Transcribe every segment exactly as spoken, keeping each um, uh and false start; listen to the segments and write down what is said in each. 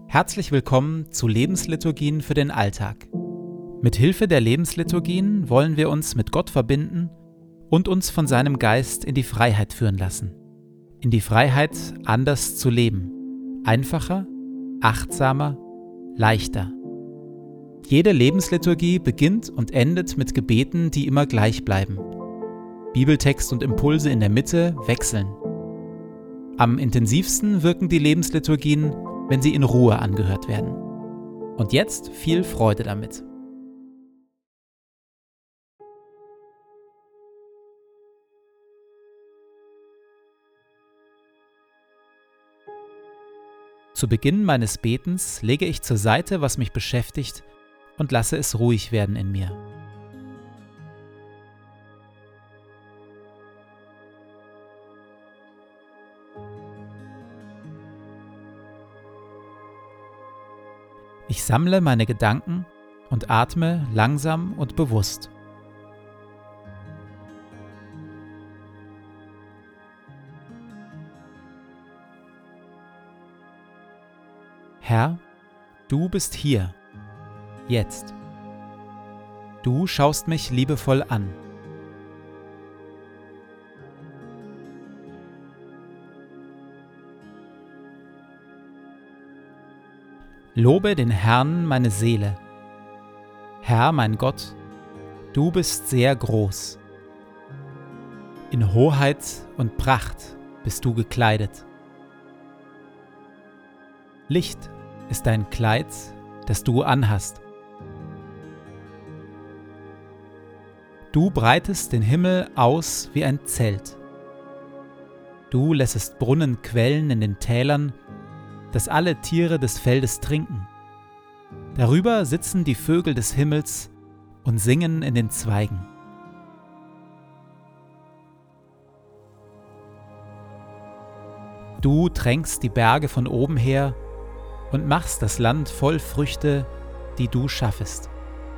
Herzlich willkommen zu Lebensliturgien für den Alltag. Mit Hilfe der Lebensliturgien wollen wir uns mit Gott verbinden und uns von seinem Geist in die Freiheit führen lassen. In die Freiheit, anders zu leben. Einfacher, achtsamer, leichter. Jede Lebensliturgie beginnt und endet mit Gebeten, die immer gleich bleiben. Bibeltext und Impulse in der Mitte wechseln. Am intensivsten wirken die Lebensliturgien, wenn sie in Ruhe angehört werden. Und jetzt viel Freude damit. Zu Beginn meines Betens lege ich zur Seite, was mich beschäftigt, und lasse es ruhig werden in mir. Ich sammle meine Gedanken und atme langsam und bewusst. Herr, du bist hier, jetzt. Du schaust mich liebevoll an. Lobe den Herrn, meine Seele. Herr, mein Gott, du bist sehr groß. In Hoheit und Pracht bist du gekleidet. Licht ist dein Kleid, das du anhast. Du breitest den Himmel aus wie ein Zelt. Du lässest Brunnen quellen in den Tälern, dass alle Tiere des Feldes trinken. Darüber sitzen die Vögel des Himmels und singen in den Zweigen. Du tränkst die Berge von oben her und machst das Land voll Früchte, die du schaffest.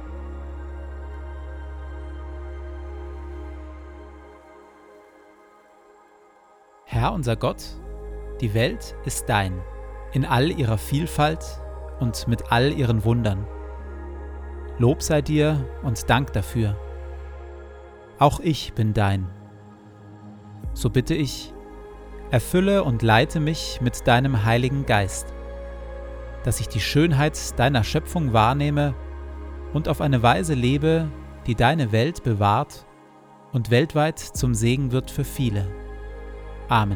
Herr unser Gott, die Welt ist dein, in all ihrer Vielfalt und mit all ihren Wundern. Lob sei dir und Dank dafür. Auch ich bin dein. So bitte ich, erfülle und leite mich mit deinem Heiligen Geist, dass ich die Schönheit deiner Schöpfung wahrnehme und auf eine Weise lebe, die deine Welt bewahrt und weltweit zum Segen wird für viele. Amen.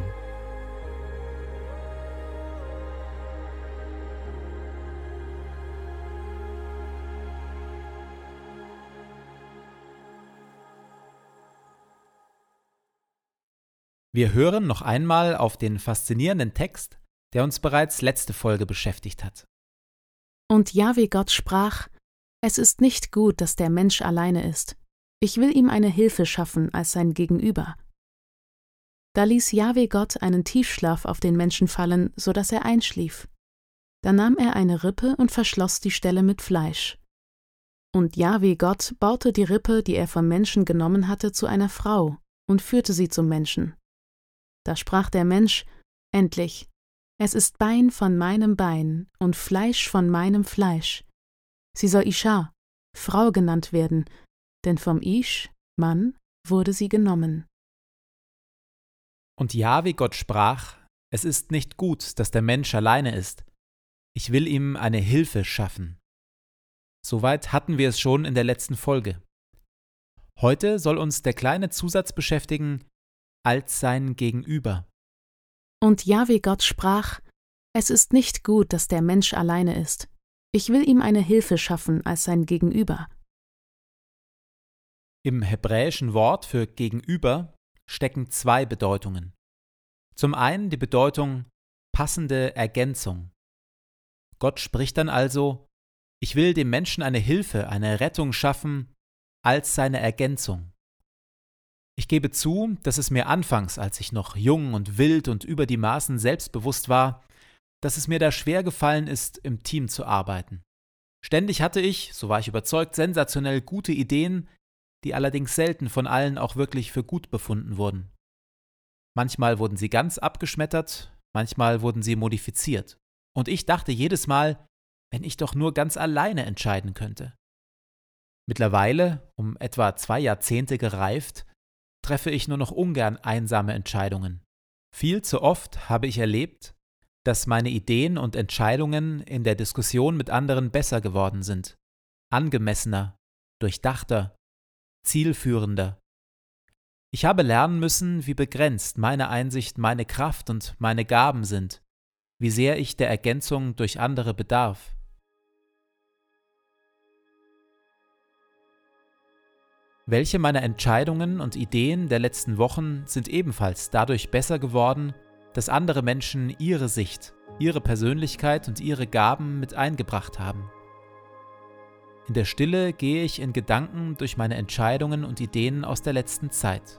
Wir hören noch einmal auf den faszinierenden Text, der uns bereits letzte Folge beschäftigt hat. Und Jahwe Gott sprach: Es ist nicht gut, dass der Mensch alleine ist. Ich will ihm eine Hilfe schaffen als sein Gegenüber. Da ließ Jahwe Gott einen Tiefschlaf auf den Menschen fallen, so dass er einschlief. Da nahm er eine Rippe und verschloss die Stelle mit Fleisch. Und Jahwe Gott baute die Rippe, die er vom Menschen genommen hatte, zu einer Frau und führte sie zum Menschen. Da sprach der Mensch: Endlich, es ist Bein von meinem Bein und Fleisch von meinem Fleisch. Sie soll Isha, Frau genannt werden, denn vom Ish, Mann, wurde sie genommen. Und Jahwe Gott sprach: Es ist nicht gut, dass der Mensch alleine ist. Ich will ihm eine Hilfe schaffen. Soweit hatten wir es schon in der letzten Folge. Heute soll uns der kleine Zusatz beschäftigen: als sein Gegenüber. Und Jahwe Gott sprach: Es ist nicht gut, dass der Mensch alleine ist. Ich will ihm eine Hilfe schaffen als sein Gegenüber. Im hebräischen Wort für Gegenüber stecken zwei Bedeutungen. Zum einen die Bedeutung passende Ergänzung. Gott spricht dann also: Ich will dem Menschen eine Hilfe, eine Rettung schaffen als seine Ergänzung. Ich gebe zu, dass es mir anfangs, als ich noch jung und wild und über die Maßen selbstbewusst war, dass es mir da schwer gefallen ist, im Team zu arbeiten. Ständig hatte ich, so war ich überzeugt, sensationell gute Ideen, die allerdings selten von allen auch wirklich für gut befunden wurden. Manchmal wurden sie ganz abgeschmettert, manchmal wurden sie modifiziert. Und ich dachte jedes Mal, wenn ich doch nur ganz alleine entscheiden könnte. Mittlerweile, um etwa zwei Jahrzehnte gereift, treffe ich nur noch ungern einsame Entscheidungen. Viel zu oft habe ich erlebt, dass meine Ideen und Entscheidungen in der Diskussion mit anderen besser geworden sind, angemessener, durchdachter, zielführender. Ich habe lernen müssen, wie begrenzt meine Einsicht, meine Kraft und meine Gaben sind, wie sehr ich der Ergänzung durch andere bedarf. Welche meiner Entscheidungen und Ideen der letzten Wochen sind ebenfalls dadurch besser geworden, dass andere Menschen ihre Sicht, ihre Persönlichkeit und ihre Gaben mit eingebracht haben. In der Stille gehe ich in Gedanken durch meine Entscheidungen und Ideen aus der letzten Zeit.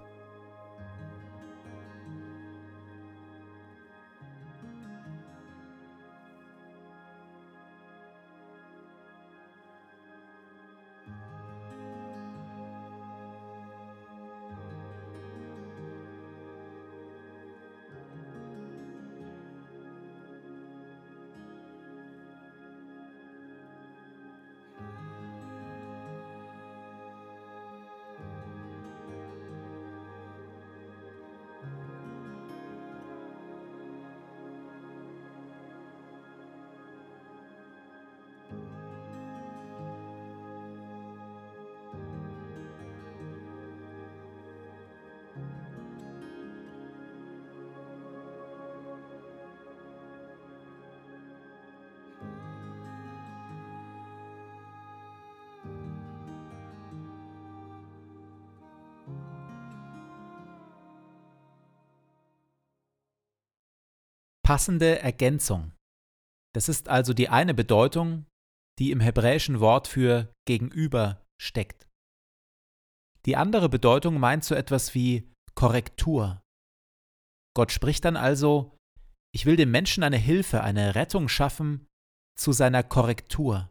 Passende Ergänzung. Das ist also die eine Bedeutung, die im hebräischen Wort für gegenüber steckt. Die andere Bedeutung meint so etwas wie Korrektur. Gott spricht dann also: Ich will dem Menschen eine Hilfe, eine Rettung schaffen zu seiner Korrektur.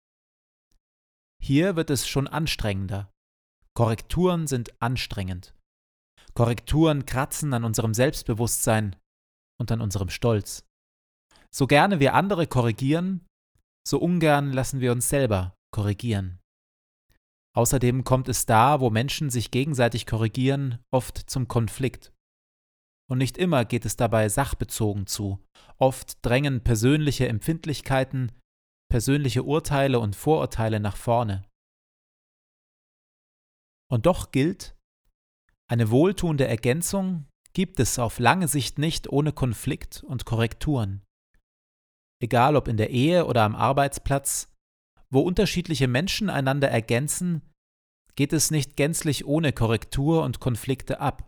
Hier wird es schon anstrengender. Korrekturen sind anstrengend. Korrekturen kratzen an unserem Selbstbewusstsein und an unserem Stolz. So gerne wir andere korrigieren, so ungern lassen wir uns selber korrigieren. Außerdem kommt es da, wo Menschen sich gegenseitig korrigieren, oft zum Konflikt. Und nicht immer geht es dabei sachbezogen zu. Oft drängen persönliche Empfindlichkeiten, persönliche Urteile und Vorurteile nach vorne. Und doch gilt, eine wohltuende Ergänzung gibt es auf lange Sicht nicht ohne Konflikt und Korrekturen. Egal ob in der Ehe oder am Arbeitsplatz, wo unterschiedliche Menschen einander ergänzen, geht es nicht gänzlich ohne Korrektur und Konflikte ab.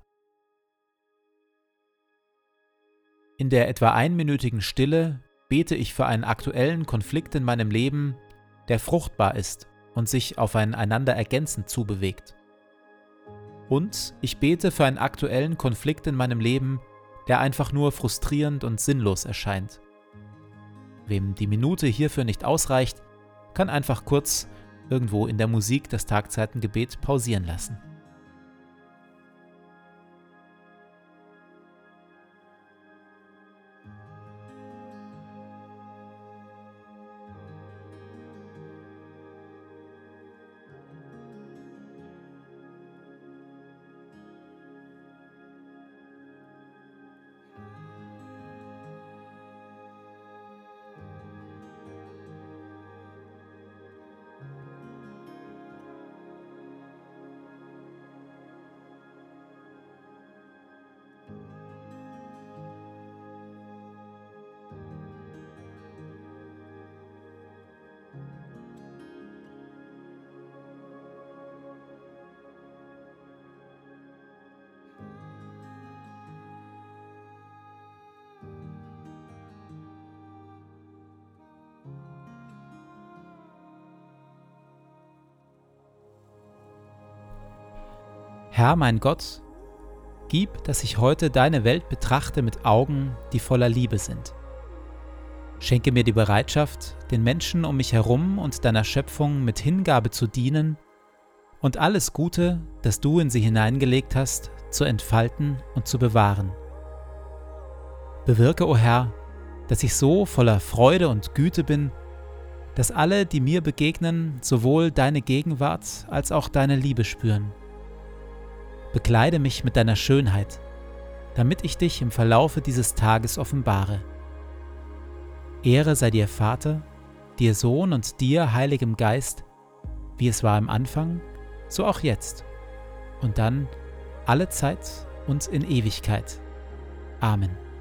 In der etwa einminütigen Stille bete ich für einen aktuellen Konflikt in meinem Leben, der fruchtbar ist und sich auf ein einander ergänzen zubewegt. Und ich bete für einen aktuellen Konflikt in meinem Leben, der einfach nur frustrierend und sinnlos erscheint. Wem die Minute hierfür nicht ausreicht, kann einfach kurz irgendwo in der Musik das Tagzeitengebet pausieren lassen. Herr mein Gott, gib, dass ich heute deine Welt betrachte mit Augen, die voller Liebe sind. Schenke mir die Bereitschaft, den Menschen um mich herum und deiner Schöpfung mit Hingabe zu dienen und alles Gute, das du in sie hineingelegt hast, zu entfalten und zu bewahren. Bewirke, o Herr, dass ich so voller Freude und Güte bin, dass alle, die mir begegnen, sowohl deine Gegenwart als auch deine Liebe spüren. Bekleide mich mit deiner Schönheit, damit ich dich im Verlaufe dieses Tages offenbare. Ehre sei dir Vater, dir Sohn und dir, Heiligem Geist, wie es war im Anfang, so auch jetzt und dann alle Zeit und in Ewigkeit. Amen.